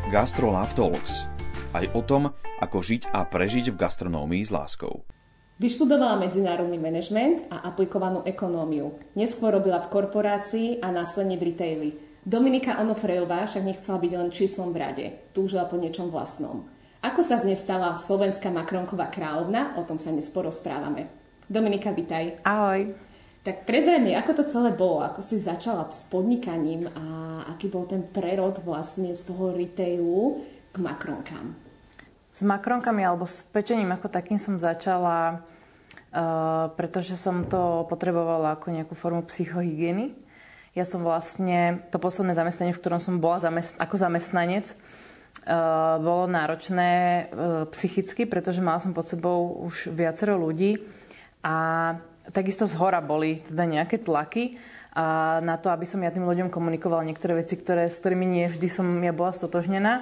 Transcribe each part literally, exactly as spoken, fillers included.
Gastro Love Talks. Aj o tom, ako žiť a prežiť v gastronómii s láskou. Vyštudovala medzinárodný manažment a aplikovanú ekonómiu. Neskôr robila v korporácii a následne v retaili. Dominika Onofrejová však nechcela byť len číslom v rade. Túžila po niečom vlastnom. Ako sa z nej stala slovenská makronková kráľovna, o tom sa dnes porozprávame. Dominika, vitaj. Ahoj. Tak prezraj mi, ako to celé bolo, ako si začala s podnikaním a aký bol ten prerod vlastne z toho retailu k makronkám. S makronkami alebo s pečením ako takým som začala, uh, pretože som to potrebovala ako nejakú formu psychohygieny. Ja som vlastne, to posledné zamestnanie, v ktorom som bola zamest- ako zamestnanec, uh, bolo náročné uh, psychicky, pretože mala som pod sebou už viacero ľudí a takisto zhora boli teda nejaké tlaky a na to, aby som ja tým ľuďom komunikovala niektoré veci, ktoré, s ktorými nie vždy som ja bola stotožnená.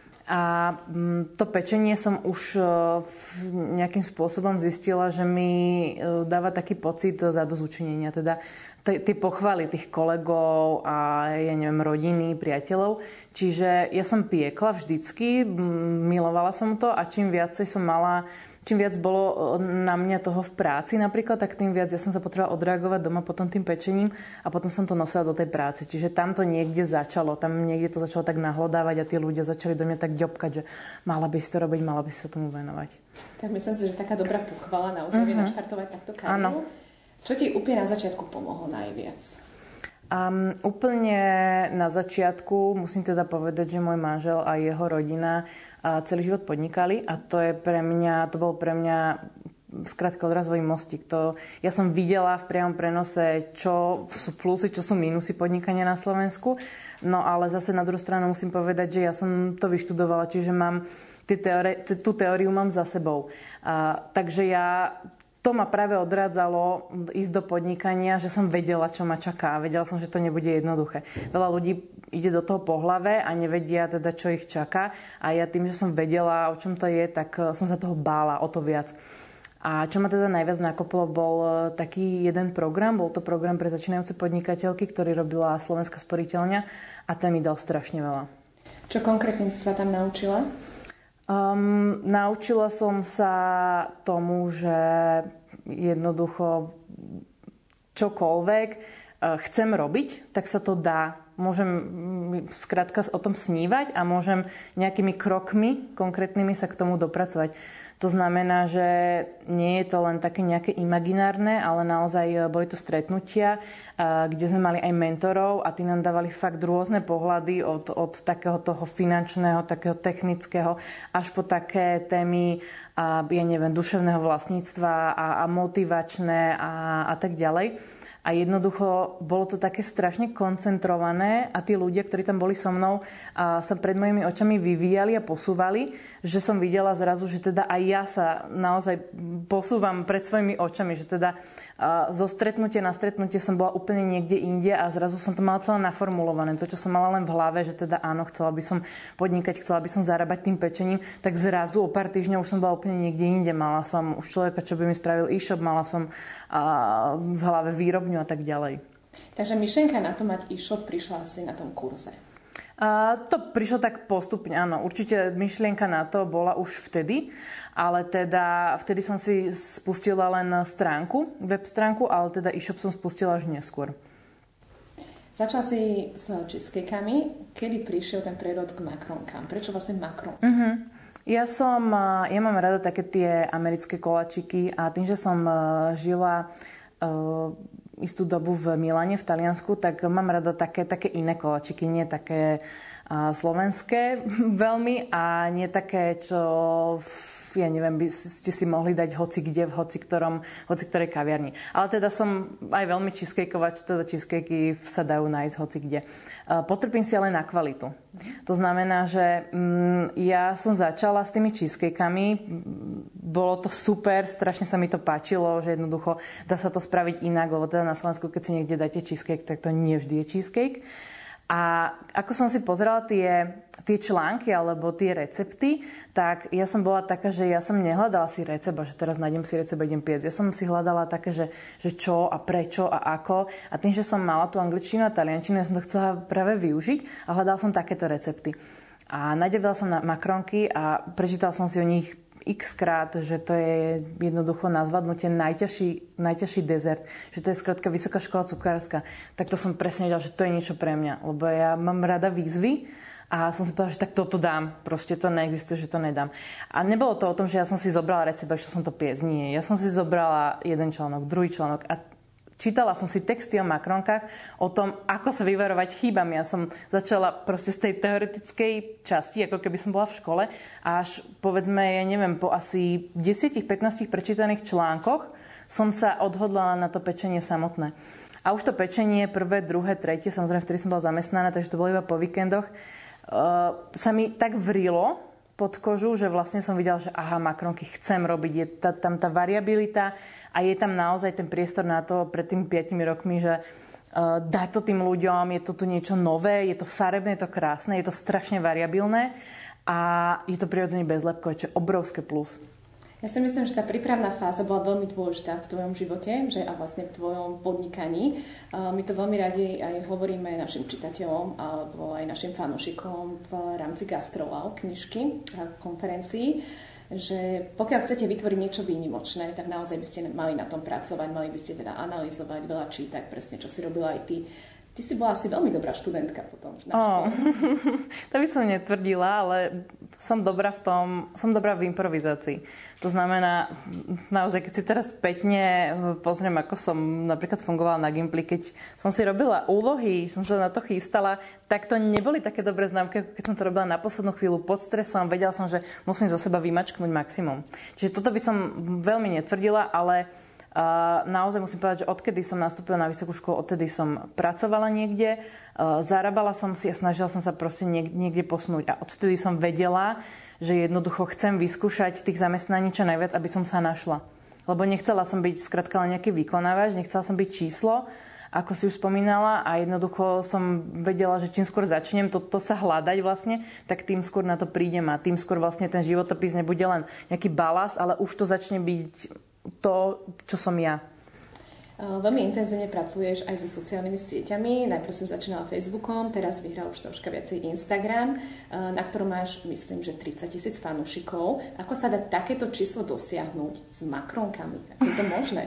A to pečenie som už nejakým spôsobom zistila, že mi dáva taký pocit zadozučinenia. Teda tie pochvály tých kolegov a ja neviem, rodiny, priateľov. Čiže ja som piekla vždycky, milovala som to a čím viacej som mala... Čím viac bolo na mňa toho v práci napríklad, tak tým viac ja som sa potrebovala odreagovať doma potom tým pečením a potom som to nosila do tej práce. Čiže tam to niekde začalo, tam niekde to začalo tak nahlodávať a tí ľudia začali do mňa tak ďobkať, že mala by si to robiť, mala by si sa tomu venovať. Tak myslím si, že taká dobrá pochvala naozaj vie uh-huh. naštartovať takto kariéru. Áno. Čo ti úplne na začiatku pomohlo najviac? Um, úplne na začiatku musím teda povedať, že môj manžel a jeho rodina a celý život podnikali a to je pre mňa, to bol pre mňa skrátka odrazový mostík. To, ja som videla v priamom prenose, čo sú plusy, čo sú mínusy podnikania na Slovensku, no ale zase na druhú stranu musím povedať, že ja som to vyštudovala, čiže mám teóri- tú teóriu mám za sebou. A, takže ja to ma práve odrádzalo ísť do podnikania, že som vedela, čo ma čaká. Vedela som, že to nebude jednoduché. Veľa ľudí ide do toho po hlave a nevedia teda, čo ich čaká. A ja tým, že som vedela, o čom to je, tak som sa toho bála o to viac. A čo ma teda najviac nakoplo, bol taký jeden program. Bol to program pre začínajúce podnikateľky, ktorý robila Slovenská sporiteľňa a ten mi dal strašne veľa. Čo konkrétne si sa tam naučila? Um, naučila som sa tomu, že jednoducho čokoľvek uh, chcem robiť, tak sa to dá. Môžem skrátka o tom snívať a môžem nejakými krokmi konkrétnymi sa k tomu dopracovať. To znamená, že nie je to len také nejaké imaginárne, ale naozaj boli to stretnutia, kde sme mali aj mentorov a tí nám dávali fakt rôzne pohľady od, od takého toho finančného, takého technického, až po také témy, a, ja neviem, duševného vlastníctva a, a motivačné a, a tak ďalej. A jednoducho bolo to také strašne koncentrované a tí ľudia, ktorí tam boli so mnou, a sa pred mojimi očami vyvíjali a posúvali, že som videla zrazu, že teda aj ja sa naozaj posúvam pred svojimi očami, že teda zo stretnutia na stretnutie som bola úplne niekde inde a zrazu som to mala celé naformulované. To, čo som mala len v hlave, že teda áno, chcela by som podnikať, chcela by som zarábať tým pečením, tak zrazu o pár týždňov už som bola úplne niekde inde. Mala som už človeka, čo by mi spravil e-shop, mala som a, v hlave výrobňu a tak ďalej. Takže myšlienka na to mať e-shop prišla asi na tom kurze. A to prišlo tak postupne, áno. Určite myšlienka na to bola už vtedy, ale teda vtedy som si spustila len stránku, web stránku, ale teda e-shop som spustila až neskôr. Začala si s cheesecakami. Kedy prišiel ten prerod k makronkám? Prečo vlastne makron? Uh-huh. Ja som, ja mám rada také tie americké koláčiky a tým, že som žila uh, istú dobu v Miláne, v Taliansku, tak mám rada také, také iné koláčiky, nie také uh, slovenské veľmi a nie také, čo ja neviem, by ste si mohli dať hoci kde, v hoci ktorom, hoci ktorej kaviarni. Ale teda som aj veľmi cheesecakeovač, teda cheesecakey sa dajú nájsť hoci kde. Uh, potrpím si ale na kvalitu. To znamená, že mm, ja som začala s tými cheesecakami, bolo to super, strašne sa mi to páčilo, že jednoducho dá sa to spraviť inak, lebo teda na Slovensku, keď si niekde dáte cheesecake, tak to nie vždy je cheesecake. A ako som si pozerala tie, tie články alebo tie recepty, tak ja som bola taká, že ja som nehľadala si recept, že teraz nájdem si recept a idem piecť. Ja som si hľadala také, že, že čo a prečo a ako. A tým, že som mala tú angličtinu a taliančinu, ja som to chcela práve využiť a hľadala som takéto recepty. A nadevila som na makronky a prečítal som si o nich x krát, že to je jednoducho na zvládnutie najťažší, najťažší dezert, že to je skrátka vysoká škola cukárska. Tak to som presne vedela, že to je niečo pre mňa, lebo ja mám rada výzvy a som si povedala, že tak toto dám. Proste to neexistuje, že to nedám. A nebolo to o tom, že ja som si zobrala recept, že som to piec. Nie, ja som si zobrala jeden článok, druhý článok a čítala som si texty o makronkách, o tom, ako sa vyvarovať chýbam. Ja som začala proste z tej teoretickej časti, ako keby som bola v škole, a až povedzme, ja neviem, po asi desať pätnásť prečítaných článkoch som sa odhodlala na to pečenie samotné. A už to pečenie, prvé, druhé, tretie, samozrejme, vtedy som bola zamestnaná, takže to bolo iba po víkendoch, uh, sa mi tak vrilo pod kožu, že vlastne som videla, že aha, makronky chcem robiť, je tá, tam tá variabilita, a je tam naozaj ten priestor na to pred tými piatimi rokmi, že uh, dať to tým ľuďom, je to tu niečo nové, je to farebné, je to krásne, je to strašne variabilné a je to prirodzene bezlepkové, čo je obrovské plus. Ja si myslím, že tá prípravná fáza bola veľmi dôležitá v tvojom živote, že a vlastne v tvojom podnikaní. Uh, my to veľmi radi aj hovoríme našim čitateľom alebo aj našim fanúšikom v rámci GastroWow knižky a konferencií, že pokiaľ chcete vytvoriť niečo výnimočné, tak naozaj by ste mali na tom pracovať, mali by ste teda analyzovať, veľa čítať, presne čo si robila aj ty. Ty si bola asi veľmi dobrá študentka potom. Oh, to by som netvrdila, ale som dobrá v tom, som dobrá v improvizácii. To znamená, naozaj, keď si teraz spätne pozriem, ako som napríklad fungovala na Gimply, keď som si robila úlohy, som sa na to chystala, tak to neboli také dobré známky, keď som to robila na poslednú chvíľu pod stresom. Vedela som, že musím zo seba vymačknúť maximum. Čiže toto by som veľmi netvrdila, ale Uh, naozaj musím povedať, že odkedy som nastúpila na vysokú školu, odtedy som pracovala niekde, uh, zarábala som si a snažila som sa proste niek- niekde posunúť. A odtedy som vedela, že jednoducho chcem vyskúšať tých zamestnaní čo najviac, aby som sa našla. Lebo nechcela som byť skrátka len nejaký vykonávač, nechcela som byť číslo, ako si už spomínala, a jednoducho som vedela, že čím skôr začnem toto sa hľadať vlastne, tak tým skôr na to prídem a tým skôr vlastne ten životopis nebude len nejaký balast, ale už to začne byť to, čo som ja. Veľmi intenzívne pracuješ aj so sociálnymi sieťami. Najprv si začínala Facebookom, teraz vyhral už troška viacej Instagram, na ktorom máš, myslím, že tridsať tisíc fanúšikov. Ako sa dá takéto číslo dosiahnuť s makronkami? Ako je to možné?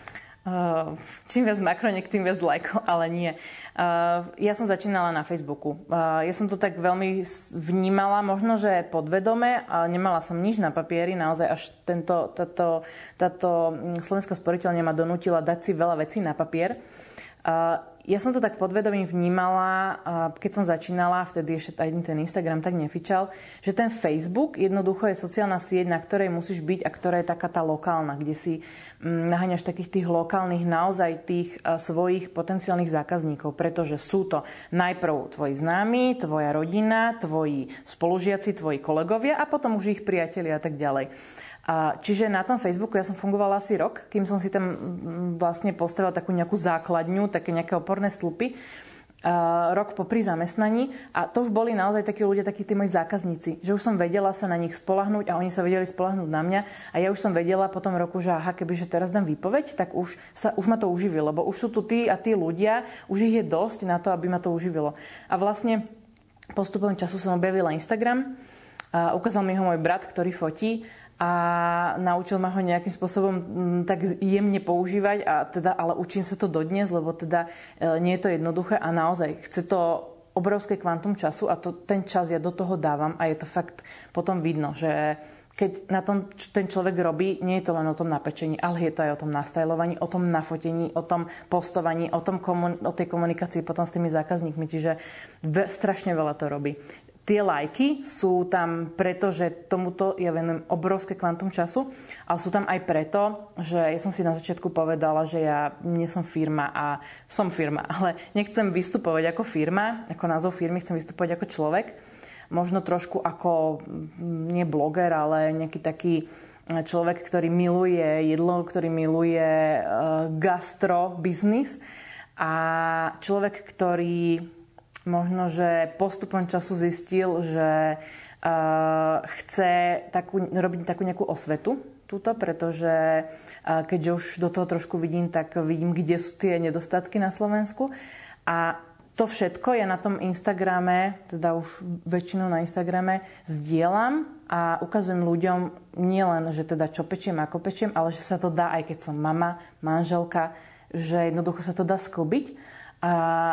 Uh, čím viac makroniek, tým viac lajkov, ale nie. Uh, ja som začínala na Facebooku. Uh, ja som to tak veľmi vnímala, možno, že podvedome, a nemala som nič na papieri, naozaj až tento, táto, táto Slovenská sporiteľňa ma donútila dať si veľa vecí na papier. Uh, ja som to tak podvedomím vnímala, keď som začínala, vtedy ešte aj ten Instagram tak nefičal, že ten Facebook jednoducho je sociálna sieť, na ktorej musíš byť a ktorá je taká tá lokálna, kde si naháňaš takých tých lokálnych, naozaj tých svojich potenciálnych zákazníkov, pretože sú to najprv tvoji známi, tvoja rodina, tvoji spolužiaci, tvoji kolegovia a potom už ich priatelia a tak ďalej. A čiže na tom Facebooku ja som fungovala asi rok, kým som si tam vlastne postavila takú nejakú základňu, také nejaké oporné stĺpy, uh, rok popri zamestnaní, a to už boli naozaj takí ľudia, takí tí moji zákazníci, že už som vedela sa na nich spoľahnúť a oni sa vedeli spoľahnúť na mňa a ja už som vedela po tom roku, že aha, kebyže teraz dám výpoveď, tak už, sa, už ma to uživí, lebo už sú tu tí a tí ľudia, už ich je dosť na to, aby ma to uživilo. A vlastne postupom času som objavila Instagram, a ukázal mi ho môj brat, ktorý fotí, a naučil ma ho nejakým spôsobom m, tak jemne používať, a teda, ale učím sa to dodnes, lebo teda e, nie je to jednoduché a naozaj chce to obrovské kvantum času a to, ten čas ja do toho dávam a je to fakt potom vidno, že keď na tom ten človek robí, nie je to len o tom napečení, ale je to aj o tom nastajlovaní, o tom nafotení, o tom postovaní, o, tom komun- o tej komunikácii potom s tými zákazníkmi, čiže ve, strašne veľa to robí. Tie lajky sú tam preto, že tomuto ja venujem obrovské kvantum času, ale sú tam aj preto, že ja som si na začiatku povedala, že ja nie som firma a som firma, ale nechcem vystupovať ako firma, ako názov firmy, chcem vystupovať ako človek. Možno trošku ako, nie bloger, ale nejaký taký človek, ktorý miluje jedlo, ktorý miluje gastro biznis a človek, ktorý možno, že postupom času zistil, že uh, chce takú, robiť takú nejakú osvetu túto, pretože uh, keďže už do toho trošku vidím, tak vidím, kde sú tie nedostatky na Slovensku. A to všetko ja na tom Instagrame, teda už väčšinou na Instagrame, zdieľam a ukazujem ľuďom nielen, že teda čo pečiem, ako pečiem, ale že sa to dá, aj keď som mama, manželka, že jednoducho sa to dá sklbiť a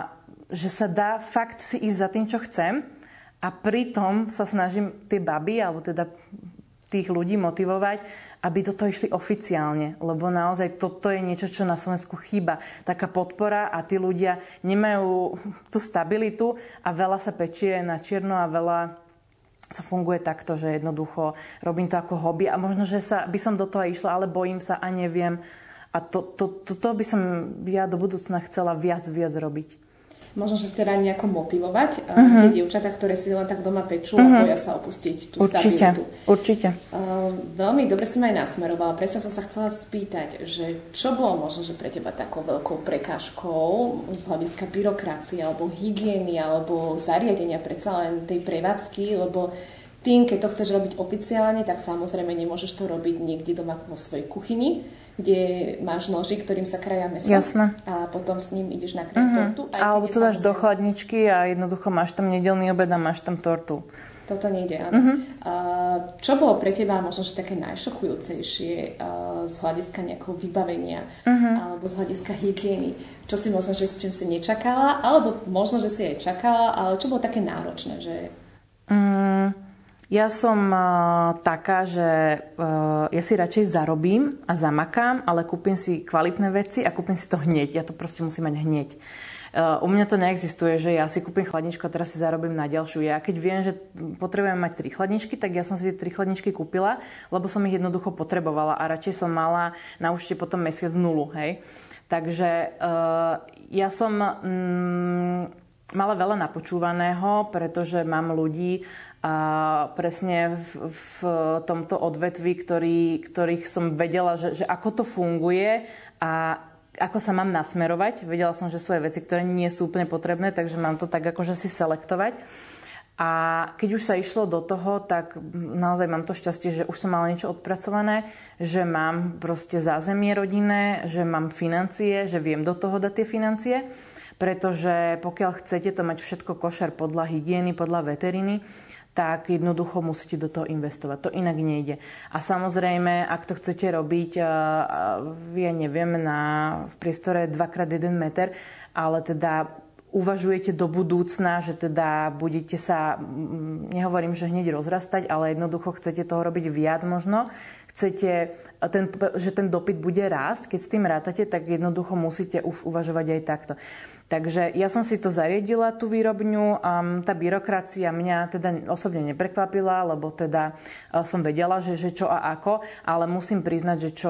že sa dá fakt si ísť za tým, čo chcem a pritom sa snažím tie baby, alebo teda tých ľudí motivovať, aby do toho išli oficiálne, lebo naozaj toto je niečo, čo na Slovensku chýba. Taká podpora a tí ľudia nemajú tú stabilitu a veľa sa pečie na čierno a veľa sa funguje takto, že jednoducho robím to ako hobby a možno, že sa, by som do toho išla, ale bojím sa a neviem. A to, to, to, to by som ja do budúcna chcela viac, viac robiť. Možno, že teda nejako motivovať uh-huh. tie dievčatá, ktoré si len tak doma pečú uh-huh. a boja sa opustiť tú určite, stabilitu. Určite. Uh, veľmi dobre si ma aj nasmerovala. Presne som sa chcela spýtať, že čo bolo možno, že pre teba takou veľkou prekážkou z hľadiska byrokracie alebo hygieny alebo zariadenia predsa len tej prevádzky, lebo tým, keď to chceš robiť oficiálne, tak samozrejme nemôžeš to robiť niekde doma vo svojej kuchyni, kde máš nožík, ktorým sa kraja mäso. Jasné. A potom s ním ideš na kraj uh-huh. tortu. Alebo to dáš do chladničky a jednoducho máš tam nedeľný obed a máš tam tortu. Toto nejde, áno. Uh-huh. Uh, čo bolo pre teba možno, že také najšokujúcejšie uh, z hľadiska nejakého vybavenia uh-huh. alebo z hľadiska hygieny? Čo si možno, že s čím si nečakala, alebo možno, že si aj čakala, ale čo bolo také náročné? Že... Um... Ja som uh, taká, že uh, ja si radšej zarobím a zamakám, ale kúpim si kvalitné veci a kúpim si to hneď. Ja to proste musím mať hneď. Uh, u mňa to neexistuje, že ja si kúpim chladničku a teraz si zarobím na ďalšiu. Ja keď viem, že potrebujem mať tri chladničky, tak ja som si tie tri chladničky kúpila, lebo som ich jednoducho potrebovala a radšej som mala na účte potom mesiac nulu. Hej? Takže uh, ja som mm, mala veľa napočúvaného, pretože mám ľudí, a presne v, v tomto odvetví, ktorý, ktorých som vedela, že, že ako to funguje a ako sa mám nasmerovať. Vedela som, že sú aj veci, ktoré nie sú úplne potrebné, takže mám to tak akože si selektovať. A keď už sa išlo do toho, tak naozaj mám to šťastie, že už som mala niečo odpracované, že mám proste zázemie rodinné, že mám financie, že viem do toho dať tie financie, pretože pokiaľ chcete to mať všetko košer podľa hygieny, podľa veteriny, tak jednoducho musíte do toho investovať. To inak nejde. A samozrejme, ak to chcete robiť, ja neviem, na, v priestore dva krát jeden meter, ale teda uvažujete do budúcna, že teda budete sa, nehovorím, že hneď rozrastať, ale jednoducho chcete toho robiť viac možno, chcete, ten, že ten dopyt bude rásť, keď s tým rátate, tak jednoducho musíte už uvažovať aj takto. Takže ja som si to zariadila, tú výrobňu. Um, tá byrokracia mňa teda osobne neprekvapila, lebo teda uh, som vedela, že, že čo a ako, ale musím priznať, že čo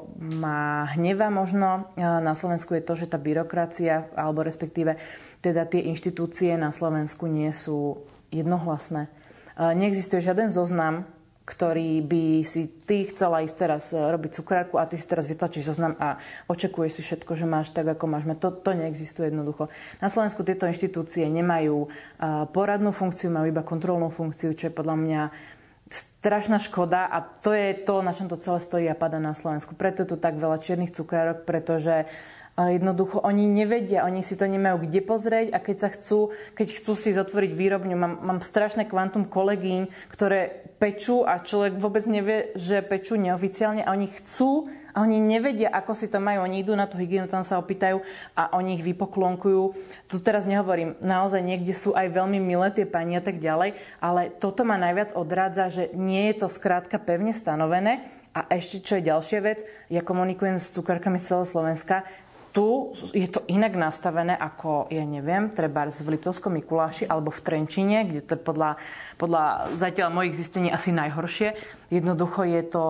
ma hneva možno uh, na Slovensku je to, že tá byrokracia, alebo respektíve teda tie inštitúcie na Slovensku nie sú jednohlasné. Uh, neexistuje žiaden zoznam, ktorý by si ty chcela ísť teraz robiť cukrárku a ty si teraz vytlačíš zoznam a očakuješ si všetko, že máš tak, ako máš. To, to neexistuje jednoducho. Na Slovensku tieto inštitúcie nemajú poradnú funkciu, majú iba kontrolnú funkciu, čo je podľa mňa strašná škoda a to je to, na čom to celé stojí a padá na Slovensku. Preto je tu tak veľa čiernych cukrárok, pretože jednoducho oni nevedia, oni si to nemajú kde pozrieť a keď sa chcú, keď chcú si zotvoriť výrobňu, mám, mám strašné kvantum kolegyň, ktoré pečú a človek vôbec nevie, že pečú neoficiálne a oni chcú a oni nevedia, ako si to majú. Oni idú na tú hygienu, tam sa opýtajú a oni ich vypoklonkujú. Tu teraz nehovorím, naozaj niekde sú aj veľmi milé tie pani a tak ďalej, ale toto ma najviac odrádza, že nie je to skrátka pevne stanovené a ešte čo je ďalšia vec, ja komunikujem s cukrárkami z celého Slovenska. Tu je to inak nastavené ako, ja neviem, treba v Liptovskom Mikuláši alebo v Trenčine, kde to je podľa, podľa zatiaľ mojich zistení asi najhoršie. Jednoducho je to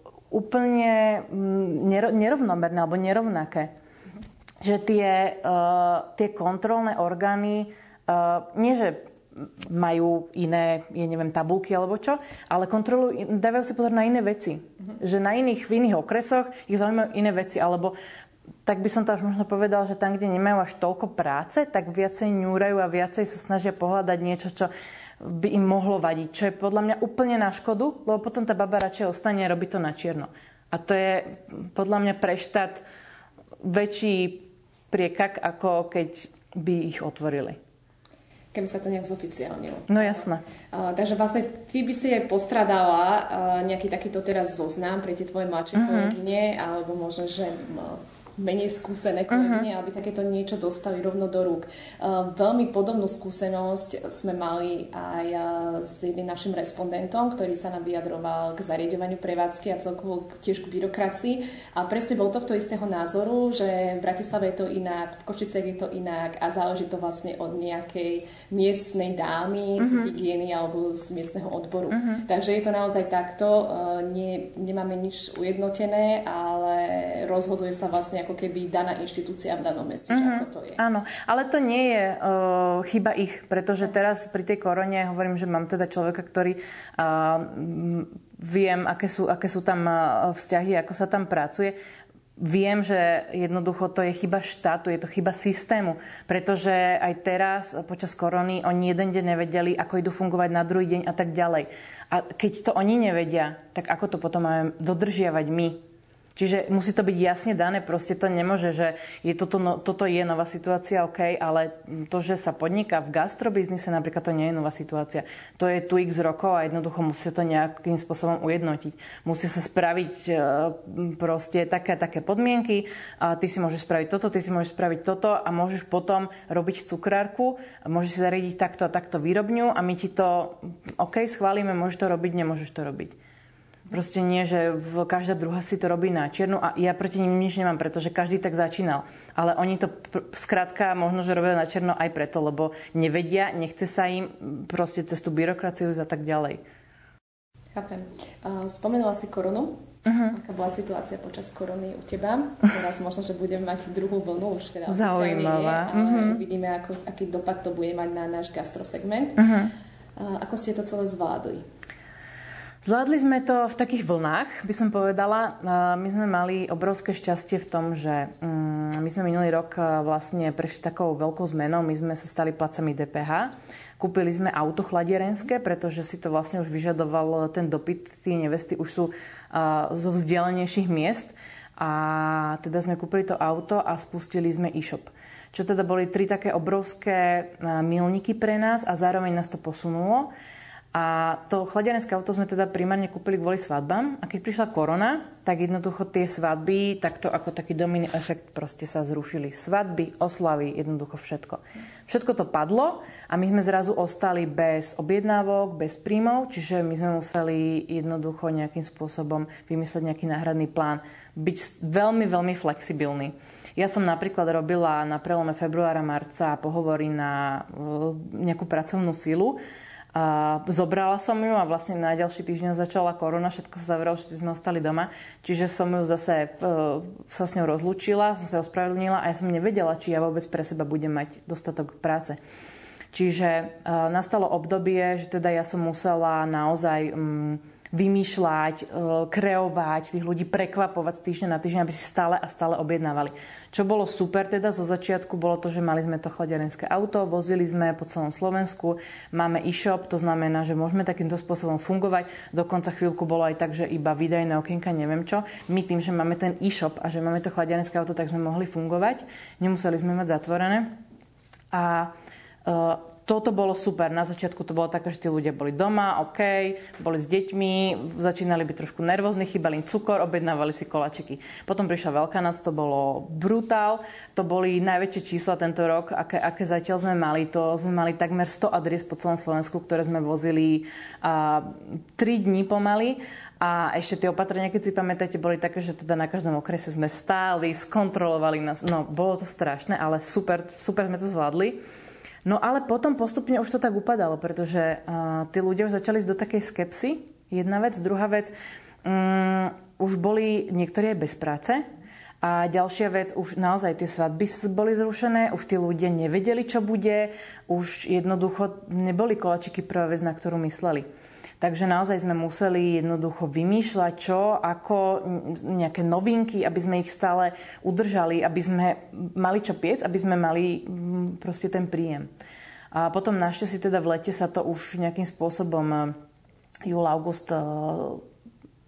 úplne nerovnomerné alebo nerovnaké. Že tie, uh, tie kontrolné orgány, uh, nie že majú iné, ja neviem, tabulky alebo čo, ale kontrolujú, dávajú si pozor na iné veci. Mm-hmm. Že na iných, v iných okresoch ich zaujímajú iné veci, alebo tak by som to až možno povedal, že tam, kde nemajú až toľko práce, tak viacej ňúrajú a viacej sa snažia pohľadať niečo, čo by im mohlo vadiť. Čo je podľa mňa úplne na škodu, lebo potom tá baba radšej ostane a robí to na čierno. A to je podľa mňa pre štát väčší priekak, ako keď by ich otvorili. Keby sa to nejak zoficiálnilo. No jasné. Uh, takže vlastne ty by si aj postradala uh, nejaký takýto teraz zoznam pre tie tvoje mladšie uh-huh. kolegyne, alebo možno, že uh, menej skúsené kolegyne, uh-huh. aby takéto niečo dostali rovno do rúk. Uh, veľmi podobnú skúsenosť sme mali aj uh, s jedným našim respondentom, ktorý sa nám vyjadroval k zariaďovaniu prevádzky a celkovo tiež k byrokracii. A presne bol to v toho istého názoru, že v Bratislave je to inak, v Košicech je to inak a záleží to vlastne od nejakej miestnej dámy uh-huh. z hygieny alebo z miestneho odboru. Uh-huh. Takže je to naozaj takto. Uh, nie, nemáme nič ujednotené, ale rozhoduje sa vlastne ako keby daná inštitúcia v danom meste, mm-hmm. ako to je. Áno, ale to nie je uh, chyba ich, pretože teraz pri tej korone hovorím, že mám teda človeka, ktorý uh, viem, aké sú, aké sú tam uh, vzťahy, ako sa tam pracuje. Viem, že jednoducho to je chyba štátu, je to chyba systému, pretože aj teraz počas korony oni jeden deň nevedeli, ako idú fungovať na druhý deň a tak ďalej. A keď to oni nevedia, tak ako to potom máme dodržiavať my? Čiže musí to byť jasne dané, proste to nemôže, že je toto, no, toto je nová situácia, OK, ale to, že sa podniká v gastrobiznise, napríklad to nie je nová situácia. To je tu x rokov a jednoducho musí sa to nejakým spôsobom ujednotiť. Musí sa spraviť proste také také podmienky a ty si môžeš spraviť toto, ty si môžeš spraviť toto a môžeš potom robiť cukrárku, môžeš si zariadiť takto a takto výrobňu a my ti to, OK, schválime, môžeš to robiť, nemôžeš to robiť. Proste nie, že v, každá druhá si to robí na čiernu a ja proti nim nič nemám, pretože každý tak začínal. Ale oni to pr- skrátka možno, že robia na čierno aj preto, lebo nevedia, nechce sa im proste cez tú byrokraciu a tak ďalej. Chápem. Spomenula si koronu. Uh-huh. Aká bola situácia počas korony u teba? Teraz možno, že budeme mať druhú vlnu, už teda zaujímavá. Ale uh-huh. uvidíme, ako, aký dopad to bude mať na náš gastrosegment. Uh-huh. Ako ste to celé zvládli? Zvládli sme to v takých vlnách, by som povedala. My sme mali obrovské šťastie v tom, že my sme minulý rok vlastne prešli takou veľkou zmenou. My sme sa stali placami dé pé há. Kúpili sme auto chladiarenské, pretože si to vlastne už vyžadoval ten dopyt. Tí nevesty už sú zo vzdialenejších miest. A teda sme kúpili to auto a spustili sme e-shop. Čo teda boli tri také obrovské milníky pre nás a zároveň nás to posunulo. A to chladiarenské auto sme teda primárne kúpili kvôli svadbám. A keď prišla korona, tak jednoducho tie svadby, takto ako taký domino efekt proste sa zrušili. Svadby, oslavy, jednoducho všetko. Všetko to padlo a my sme zrazu ostali bez objednávok, bez príjmov, čiže my sme museli jednoducho nejakým spôsobom vymyslieť nejaký náhradný plán. Byť veľmi, veľmi flexibilný. Ja som napríklad robila na prelome februára, marca pohovory na nejakú pracovnú silu. A zobrala som ju a vlastne na ďalší týždeň začala korona, všetko sa zavrelo, všetci sme ostali doma. Čiže som ju zase e, sa s ňou rozlúčila, som sa ospravedlnila a ja som nevedela, či ja vôbec pre seba budem mať dostatok práce. Čiže e, nastalo obdobie, že teda ja som musela naozaj mm, vymýšľať, kreovať, tých ľudí prekvapovať z týždňa na týždeň, aby si stále a stále objednávali. Čo bolo super teda zo začiatku, bolo to, že mali sme to chladiarenské auto, vozili sme po celom Slovensku, máme e-shop, to znamená, že môžeme takýmto spôsobom fungovať. Dokonca chvíľku bolo aj tak, že iba výdajné okienka, neviem čo. My tým, že máme ten e-shop a že máme to chladiarenské auto, tak sme mohli fungovať. Nemuseli sme mať zatvorené. A e, toto bolo super. Na začiatku to bolo také, že tí ľudia boli doma, OK, boli s deťmi, začínali byť trošku nervózni, chýbal im cukor, objednávali si koláčiky. Potom prišla Veľká noc, to bolo brutál. To boli najväčšie čísla tento rok, aké, aké zatiaľ sme mali. To sme mali takmer sto adries po celom Slovensku, ktoré sme vozili tri dni pomaly. A ešte tie opatrenia, keď si pamätáte, boli také, že teda na každom okrese sme stáli, skontrolovali nás. No, bolo to strašné, ale super, super sme to zvládli. No ale potom postupne už to tak upadalo, pretože uh, tí ľudia už začali do takej skepsy. Jedna vec. Druhá vec, um, už boli niektorí aj bez práce. A ďalšia vec, už naozaj tie svadby boli zrušené, už tí ľudia nevedeli, čo bude, už jednoducho neboli koláčiky prvá vec, na ktorú mysleli. Takže naozaj sme museli jednoducho vymýšľať čo, ako nejaké novinky, aby sme ich stále udržali, aby sme mali čo piec, aby sme mali proste ten príjem. A potom našťastie teda v lete sa to už nejakým spôsobom júl, august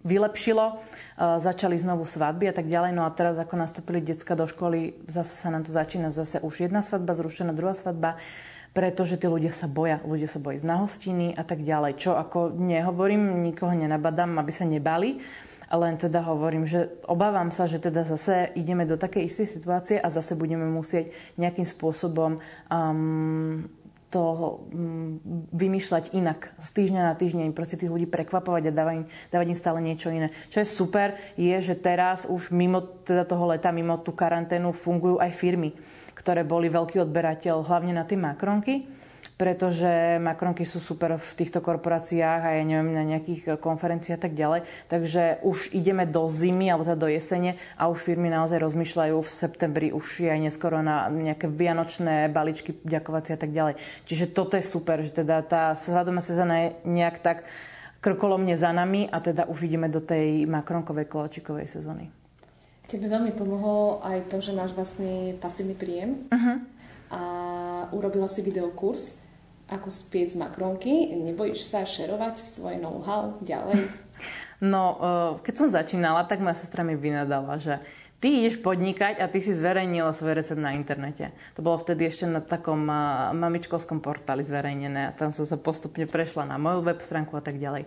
vylepšilo. Začali znovu svadby a tak ďalej. No a teraz, ako nastúpili decka do školy, zase sa nám to začína, zase už jedna svadba zrušená, druhá svadba, pretože tí ľudia sa boja. Ľudia sa bojí z na hostiny a tak ďalej. Čo ako nehovorím, nikoho nenabadám, aby sa nebali, len teda hovorím, že obávam sa, že teda zase ideme do takej istej situácie a zase budeme musieť nejakým spôsobom um, to um, vymýšľať inak. Z týždňa na týždeň proste tých ľudí prekvapovať a dávať im, dávať im stále niečo iné. Čo je super, je, že teraz už mimo teda toho leta, mimo tú karanténu fungujú aj firmy, ktoré boli veľký odberateľ hlavne na tie makronky, pretože makronky sú super v týchto korporáciách a ja neviem, na nejakých konferenciách a tak ďalej. Takže už ideme do zimy alebo teda do jesene a už firmy naozaj rozmýšľajú v septembri, už je aj neskoro na nejaké vianočné balíčky, ďakovacie a tak ďalej. Čiže toto je super, že teda tá svadobná sezóna je nejak tak krkolomne za nami a teda už ideme do tej makronkovej koláčikovej sezóny. Tebe veľmi pomohlo aj to, že máš vlastne pasívny príjem uh-huh. a urobila si videokurs ako spiec makronky. Nebojíš sa šerovať svoje know-how ďalej? No, keď som začínala, tak moja sestra mi vynadala, že ty ideš podnikať a ty si zverejnila svoj recept na internete. To bolo vtedy ešte na takom mamičkovskom portáli zverejnené a tam som sa postupne prešla na moju web stránku a tak ďalej.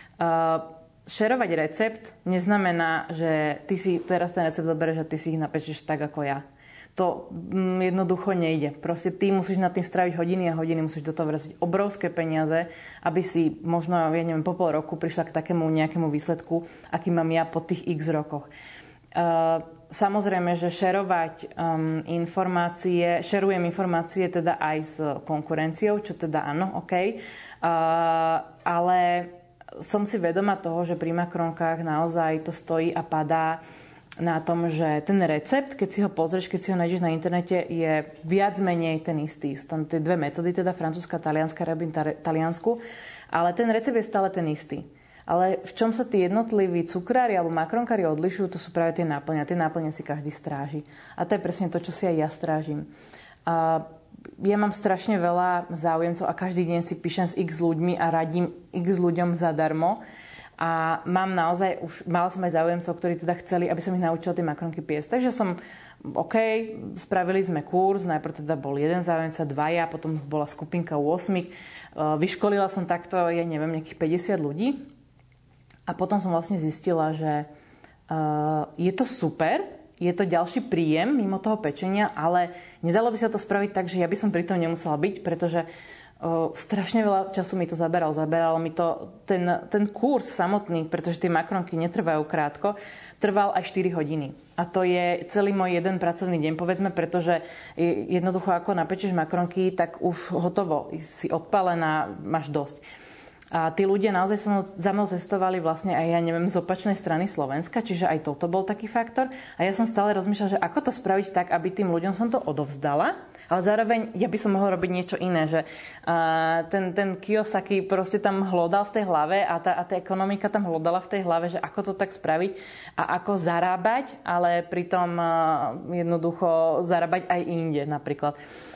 Šerovať recept neznamená, že ty si teraz ten recept zoberieš a ty si ich napečeš tak ako ja. To jednoducho nejde. Proste ty musíš nad tým stráviť hodiny a hodiny, musíš do toho vraziť obrovské peniaze, aby si možno, ja neviem, po pol roku prišla k takému nejakému výsledku, aký mám ja po tých x rokoch. Uh, samozrejme, že šerovať um, informácie, šerujem informácie teda aj s konkurenciou, čo teda áno, OK. Uh, ale som si vedomá toho, že pri makronkách naozaj to stojí a padá na tom, že ten recept, keď si ho pozrieš, keď si ho nájdeš na internete, je viac menej ten istý. Sú tam tie dve metódy, teda francúzska a talianska, robím taliansku, ale ten recept je stále ten istý. Ale v čom sa tí jednotliví cukrári alebo makronkári odlišujú, to sú práve tie náplňa. Tie náplňa si každý stráži. A to je presne to, čo si aj ja strážim. A ja mám strašne veľa záujemcov a každý deň si píšem s x ľuďmi a radím x ľuďom zadarmo. A mám naozaj, už mala som aj záujemcov, ktorí teda chceli, aby som ich naučila tie makronky piesť. Takže som, OK, spravili sme kurz, najprv teda bol jeden záujemca, dvaja, potom bola skupinka osem. Vyškolila som takto, ja neviem, nejakých päťdesiat ľudí. A potom som vlastne zistila, že uh, je to super, je to ďalší príjem mimo toho pečenia, ale nedalo by sa to spraviť tak, že ja by som pri tom nemusela byť, pretože O, strašne veľa času mi to zaberal. Zaberal mi to ten, ten kurz samotný, pretože tie makronky netrvajú krátko, trval aj štyri hodiny. A to je celý môj jeden pracovný deň, povedzme, pretože jednoducho ako napečeš makronky, tak už hotovo, si odpálená, máš dosť. A tí ľudia naozaj za mnou cestovali vlastne aj, ja neviem, z opačnej strany Slovenska, čiže aj toto bol taký faktor. A ja som stále rozmýšľala, že ako to spraviť tak, aby tým ľuďom som to odovzdala, ale zároveň ja by som mohla robiť niečo iné, že uh, ten, ten Kiyosaki proste tam hlodal v tej hlave a tá, a tá ekonomika tam hlodala v tej hlave, že ako to tak spraviť a ako zarábať, ale pritom uh, jednoducho zarábať aj inde napríklad.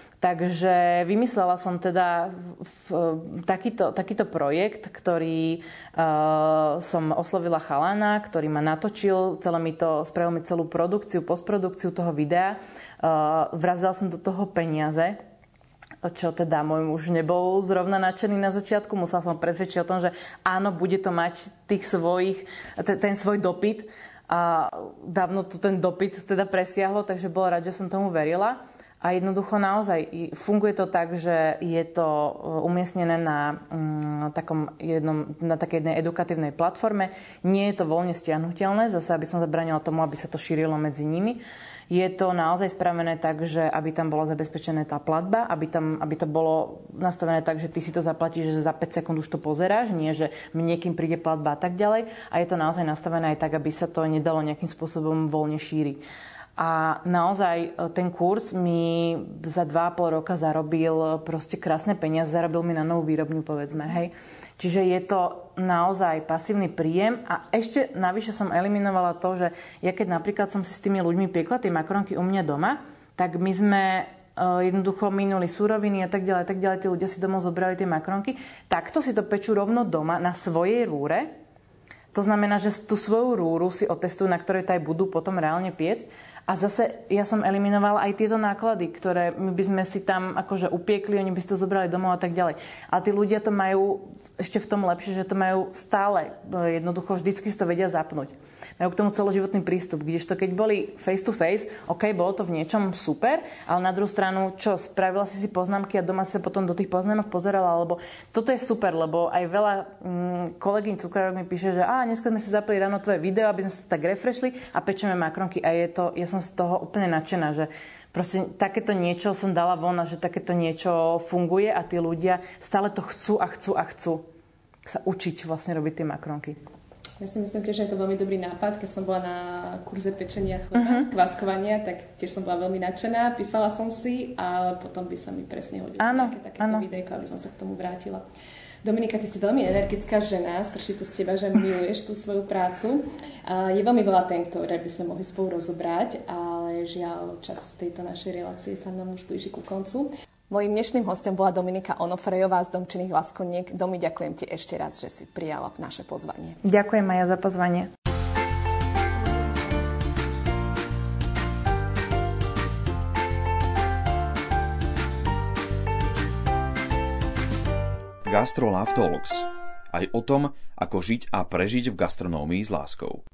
Takže vymyslela som teda v, takýto, takýto projekt, ktorý uh, som oslovila chalana, ktorý ma natočil, celé mi to, spravil mi celú produkciu, postprodukciu toho videa. Uh, vrazila som do toho peniaze, čo teda môj muž nebol zrovna nadšený na začiatku. Musela som presvedčiť o tom, že áno, bude to mať tých svojich, ten, ten svoj dopyt. A dávno to ten dopyt teda presiahlo, takže bola rád, že som tomu verila. A jednoducho naozaj funguje to tak, že je to umiestnené na, um, takom jednom, na takej jednej edukatívnej platforme. Nie je to voľne stiahnutelné, zase aby som zabránila tomu, aby sa to šírilo medzi nimi. Je to naozaj spravené tak, že aby tam bola zabezpečená tá platba, aby, tam, aby to bolo nastavené tak, že ty si to zaplatíš, že za päť sekúnd už to pozeráš, nie že mne niekým príde platba a tak ďalej. A je to naozaj nastavené aj tak, aby sa to nedalo nejakým spôsobom voľne šíriť. A naozaj ten kurz mi za dva a pol roka zarobil proste krásne peniaze, zarobil mi na novú výrobňu, povedzme, hej. Čiže je to naozaj pasívny príjem a ešte navyše som eliminovala to, že ja keď napríklad som si s tými ľuďmi piekla tie makronky u mňa doma, tak my sme jednoducho minuli suroviny a tak ďalej, tak ďalej, tí ľudia si domov zobrali tie makronky, takto si to pečú rovno doma na svojej rúre. To znamená, že tú svoju rúru si otestujú, na ktorej to aj budú potom reálne piecť. A zase ja som eliminovala aj tieto náklady, ktoré my by sme si tam akože upiekli, oni by si to zobrali domov a tak ďalej. A tí ľudia to majú ešte v tom lepšie, že to majú stále. Jednoducho vždycky si to vedia zapnúť. Majú k tomu celoživotný prístup, kdežto keď boli face to face, OK, bolo to v niečom super, ale na druhú stranu, čo, spravila si si poznámky a doma si sa potom do tých poznámok pozerala, alebo toto je super, lebo aj veľa mm, kolegyň cukrárok mi píše, že a dneska sme si zapli ráno tvoje video, aby sme sa tak refreshli a pečeme makronky a je to, ja som z toho úplne nadšená, že proste takéto niečo som dala von a že takéto niečo funguje a tí ľudia stále to chcú a chcú a chcú sa učiť vlastne robiť tie makronky. Ja si myslím tiež, že je to veľmi dobrý nápad. Keď som bola na kurze pečenia chleba, uh-huh. kváskovania, tak tiež som bola veľmi nadšená. Písala som si, ale potom by sa mi presne hodilo nejaké takéto videjko, aby som sa k tomu vrátila. Dominika, ty si veľmi energická žena, srší to z teba, že miluješ tú svoju prácu. Je veľmi veľa tém, ktoré by sme mohli spolu rozobrať, ale žiaľ, čas tejto našej relácie sa nám už blíži ku koncu. Mojím dnešným hostom bola Dominika Onofrejová z Domčinných Laskoniek. Domi, ďakujem ti ešte raz, že si prijala naše pozvanie. Ďakujem aj ja za pozvanie. Gastro Love Talks. Aj o tom, ako žiť a prežiť v gastronómii s láskou.